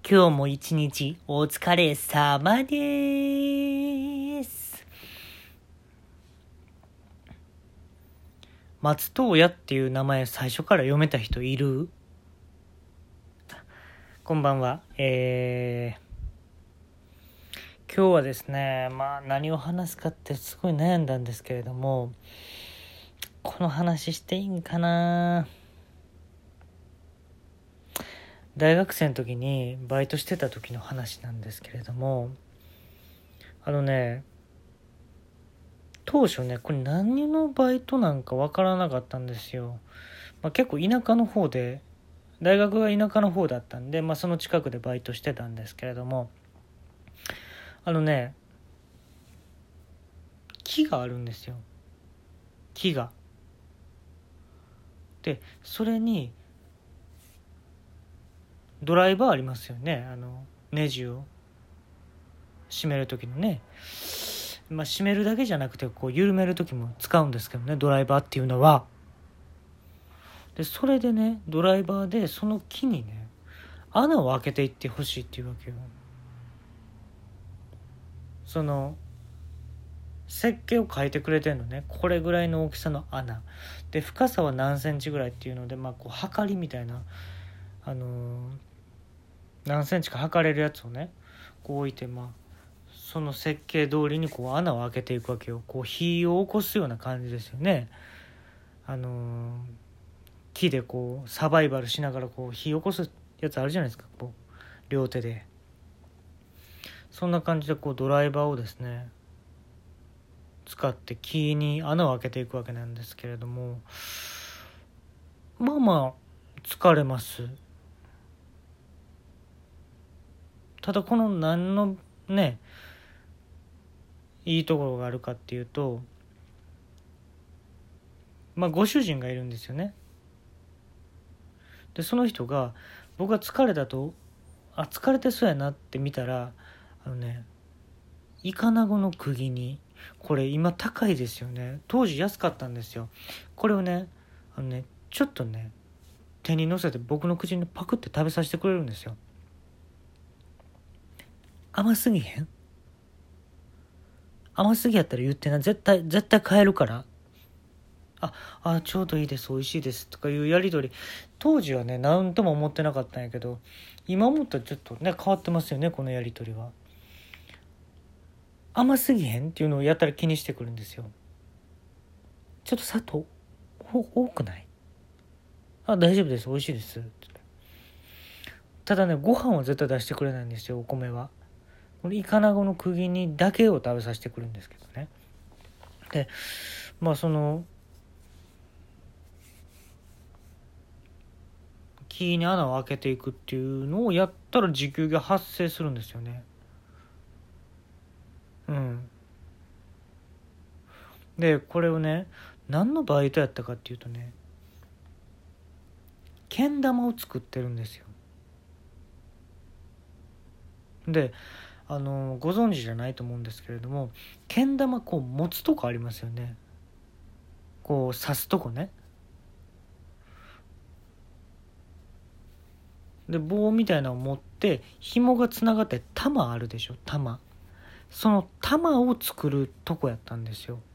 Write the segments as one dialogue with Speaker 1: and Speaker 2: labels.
Speaker 1: 今日も一日お疲れ様です。松任谷っていう名前最初から読めた人いる？こんばんは。今日はですね、何を話すかってすごい悩んだんですけれども、この話していいんかな。大学生の時にバイトしてた時の話なんですけれども、当初ね、これ何のバイトなんかわからなかったんですよ。結構田舎の方で、大学が田舎の方だったんで、その近くでバイトしてたんですけれども、木があるんですよ。木が。で、それにドライバーありますよね。ネジを締める時のね。締めるだけじゃなくてこう緩める時も使うんですけどね、ドライバーっていうのは。でそれでね、ドライバーでその木にね穴を開けていってほしいっていうわけよ。その設計を変えてくれてんのね。これぐらいの大きさの穴で、深さは何センチぐらいっていうので、こう測りみたいな、何センチか測れるやつをねこう置いて、その設計通りにこう穴を開けていくわけよ。こう火を起こすような感じですよね。木でこうサバイバルしながらこう火を起こすやつあるじゃないですか、こう両手で。そんな感じでこうドライバーをですね使って木に穴を開けていくわけなんですけれども、疲れます。ただこの何のねいいところがあるかっていうと、ご主人がいるんですよね。でその人が僕が疲れてそうやなって見たら、イカナゴの釘に、これ今高いですよね。当時安かったんですよ。これをねちょっとね手に乗せて僕の口にパクって食べさせてくれるんですよ。甘すぎへん？甘すぎやったら言ってな、絶対買えるから。ちょうどいいです、美味しいですとかいうやり取り、当時はね何とも思ってなかったんやけど、今思ったらちょっとね変わってますよね、このやり取りは。甘すぎへんっていうのをやったら気にしてくるんですよ。ちょっと砂糖多くない？大丈夫です、美味しいです。ただね、ご飯は絶対出してくれないんですよ、お米は。これイカナゴの釘にだけを食べさせてくるんですけどね。でその木に穴を開けていくっていうのをやったら時給が発生するんですよね。でこれをね何のバイトやったかっていうとね、けん玉を作ってるんですよ。でご存知じゃないと思うんですけれども、けん玉こう持つとこありますよね。こう刺すとこね。で棒みたいなのを持って紐がつながって玉あるでしょ、玉。その玉を作るとこやったんですよ。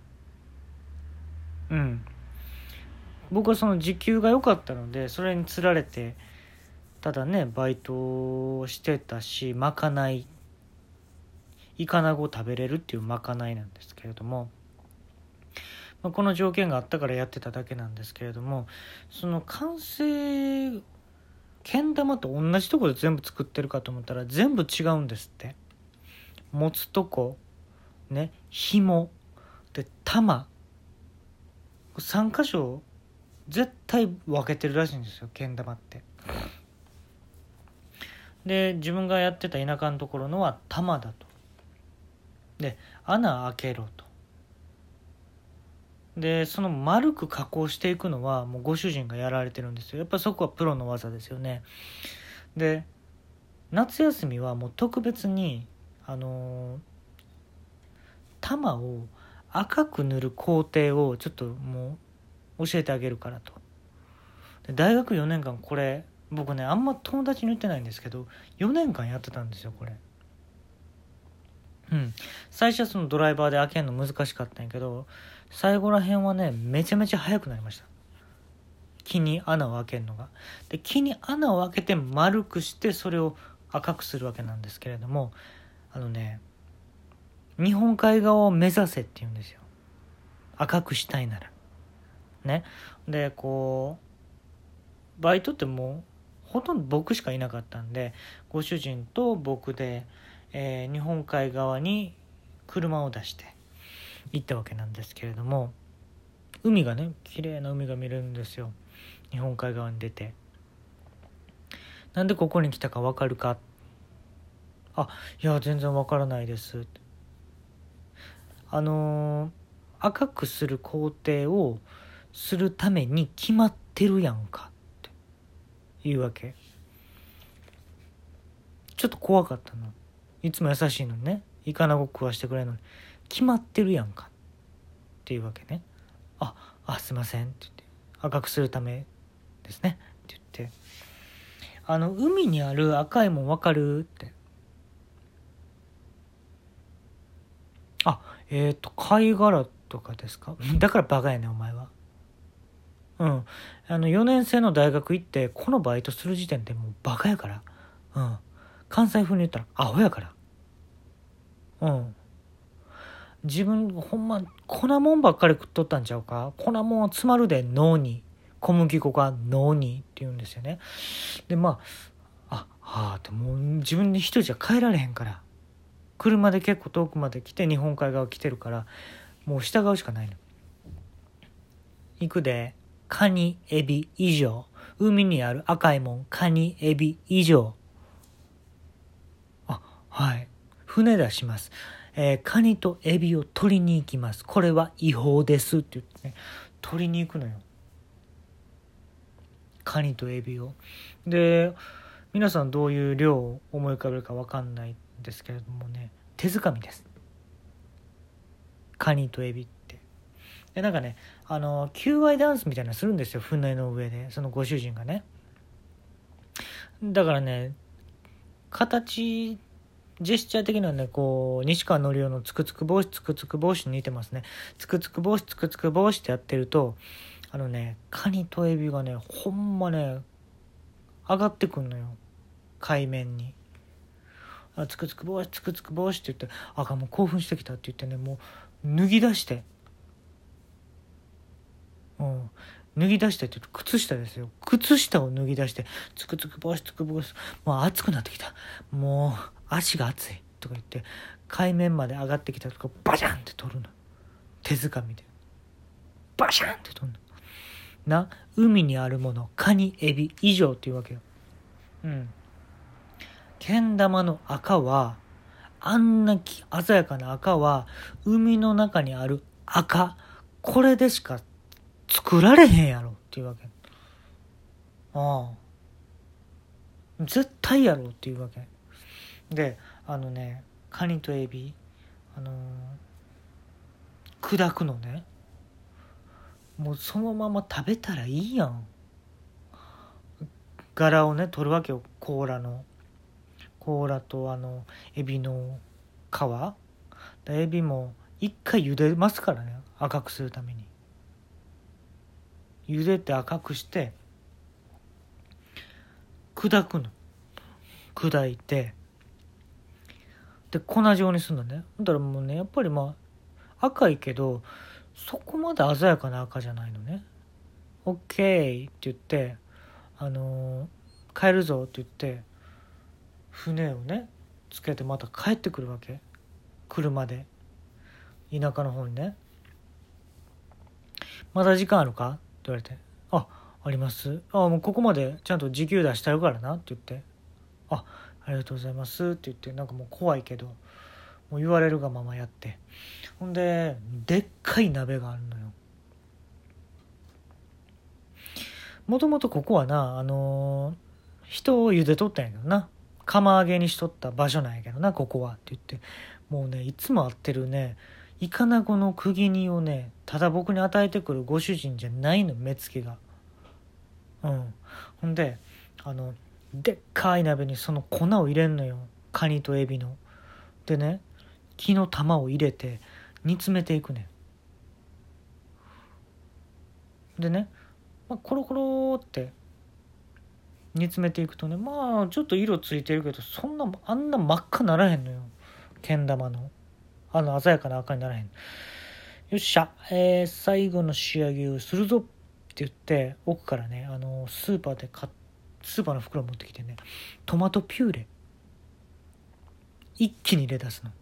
Speaker 1: 僕はその時給が良かったのでそれにつられて、ただねバイトをしてたし、まかないイカナゴ食べれるっていうまかないなんですけれども、この条件があったからやってただけなんですけれども、その完成けん玉と同じところで全部作ってるかと思ったら全部違うんですって。持つとこね、紐で玉、3箇所絶対分けてるらしいんですよ、けん玉って。で自分がやってた田舎のところのは玉だと。で穴開けろと。でその丸く加工していくのはもうご主人がやられてるんですよ。やっぱそこはプロの技ですよね。で夏休みはもう特別に玉を赤く塗る工程をちょっともう教えてあげるからと。で大学4年間これ僕ねあんま友達に言ってないんですけど4年間やってたんですよこれ。最初はそのドライバーで開けるの難しかったんやけど、最後らへんはねめちゃめちゃ速くなりました。木に穴を開けるのが。で木に穴を開けて丸くしてそれを赤くするわけなんですけれども、日本海側を目指せって言うんですよ、赤くしたいならね。でこうバイトってもうほとんど僕しかいなかったんで、ご主人と僕で、日本海側に車を出して行ったわけなんですけれども、海がね綺麗な海が見れるんですよ、日本海側に出て。なんでここに来たか分かるか。いや全然分からないです。赤くする工程をするために決まってるやんかって言うわけ。ちょっと怖かったの。いつも優しいのにね、イカナゴ食わしてくれるのに決まってるやんかっていうわけね。すいませんって言って、赤くするためですねって言って、海にある赤いもん分かるって。貝殻とかですか。だからバカやねんお前は。4年生の大学行ってこのバイトする時点でもうバカやから。関西風に言ったらアホやから。自分ほんま粉もんばっかり食っとったんちゃうか。粉もんは詰まるで脳に、小麦粉が脳にって言うんですよね。でってもう自分で一人じゃ帰られへんから、車で結構遠くまで来て日本海側来てるからもう従うしかないの。行くで、カニエビ以上、海にある赤いもんカニエビ以上。はい、船出します。カニとエビを取りに行きます。これは違法ですって言ってね、取りに行くのよ、カニとエビを。で皆さんどういう量を思い浮かべるか分かんないんですけれどもね、手づかみです、カニとエビって。でなんかね求愛ダンスみたいなのするんですよ、船の上で、そのご主人がね。だからね形ジェスチャー的にはね、こう西川のりおのつくつく帽子つくつく帽子に似てますね。つくつく帽子つくつく帽子ってやってるとカニとエビがねほんまね上がってくんのよ、海面に。つくつく帽子つくつく帽子って言って、もう興奮してきたって言ってね、もう脱ぎ出して脱ぎ出してって言うと靴下ですよ、靴下を脱ぎ出してつくつく帽子つく帽子、もう暑くなってきた、もう足が熱いとか言って海面まで上がってきたとかバシャンって取るの、手づかみでバシャンって取るのな。海にあるものカニエビ以上っていうわけよ。けん玉の赤はあんな鮮やかな赤は海の中にある赤、これでしか作られへんやろっていうわけ。絶対やろっていうわけで、カニとエビ砕くのね、もうそのまま食べたらいいやん。柄をね取るわけよ、甲羅とエビの皮で、エビも一回茹でますからね、赤くするために茹でて赤くして砕くの、砕いてで粉状にするのね。だからもうねやっぱり赤いけどそこまで鮮やかな赤じゃないのね。オッケーって言って帰るぞって言って船をねつけてまた帰ってくるわけ、車で田舎の方にね。まだ時間あるかって言われて、あります。もうここまでちゃんと時給出したるからなって言って、ありがとうございますって言って、なんかもう怖いけどもう言われるがままやって、ほんででっかい鍋があるのよ。もともとここはな人を茹でとったんやけどな、釜揚げにしとった場所なんやけどなここはって言って、もうねいつも会ってるねイカナゴの釘煮をねただ僕に与えてくるご主人じゃないの、目つきが。ほんででっかい鍋にその粉を入れんのよ、カニとエビの。でね、木の玉を入れて煮詰めていくねん。でね、コロコロって煮詰めていくとね、ちょっと色ついてるけど、あんな真っ赤ならへんのよ、けん玉の鮮やかな赤にならへん。よっしゃ、最後の仕上げをするぞって言って、奥からね、スーパーの袋持ってきてね、トマトピューレ一気に入れ出すの。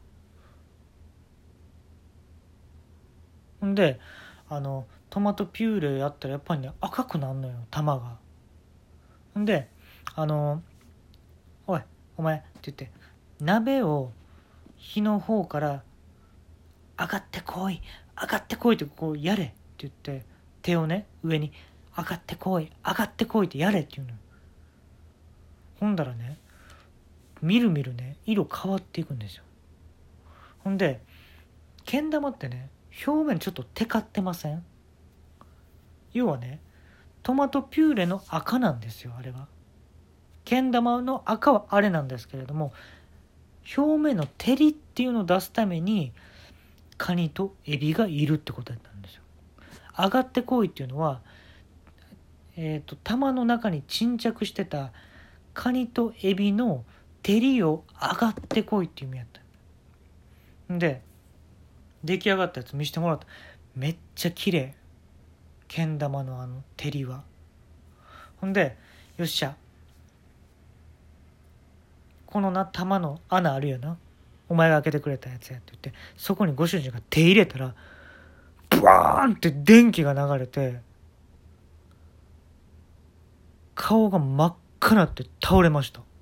Speaker 1: ほんでトマトピューレやったらやっぱりね、赤くなるのよ、玉が。ほんでおいお前って言って、鍋を火の方から上がってこい上がってこいってこうやれって言って、手をね上に上がってこい上がってこいってやれって言うのよ。ほんだらね、みるみるね色変わっていくんですよ。ほんでけん玉ってね、表面ちょっとテカってません？要はね、トマトピューレの赤なんですよ、あれは。けん玉の赤はあれなんですけれども、表面の照りっていうのを出すためにカニとエビがいるってことだったんですよ。上がってこいっていうのは、玉の中に沈着してたカニとエビの照りを上がってこいっていう意味やった。で出来上がったやつ見せてもらった。めっちゃ綺麗、けん玉の照りは。ほんで、よっしゃ、この玉の穴あるよな、お前が開けてくれたやつやって言って、そこにご主人が手入れたら、ブワーンって電気が流れて、顔が真っ赤なって倒れました。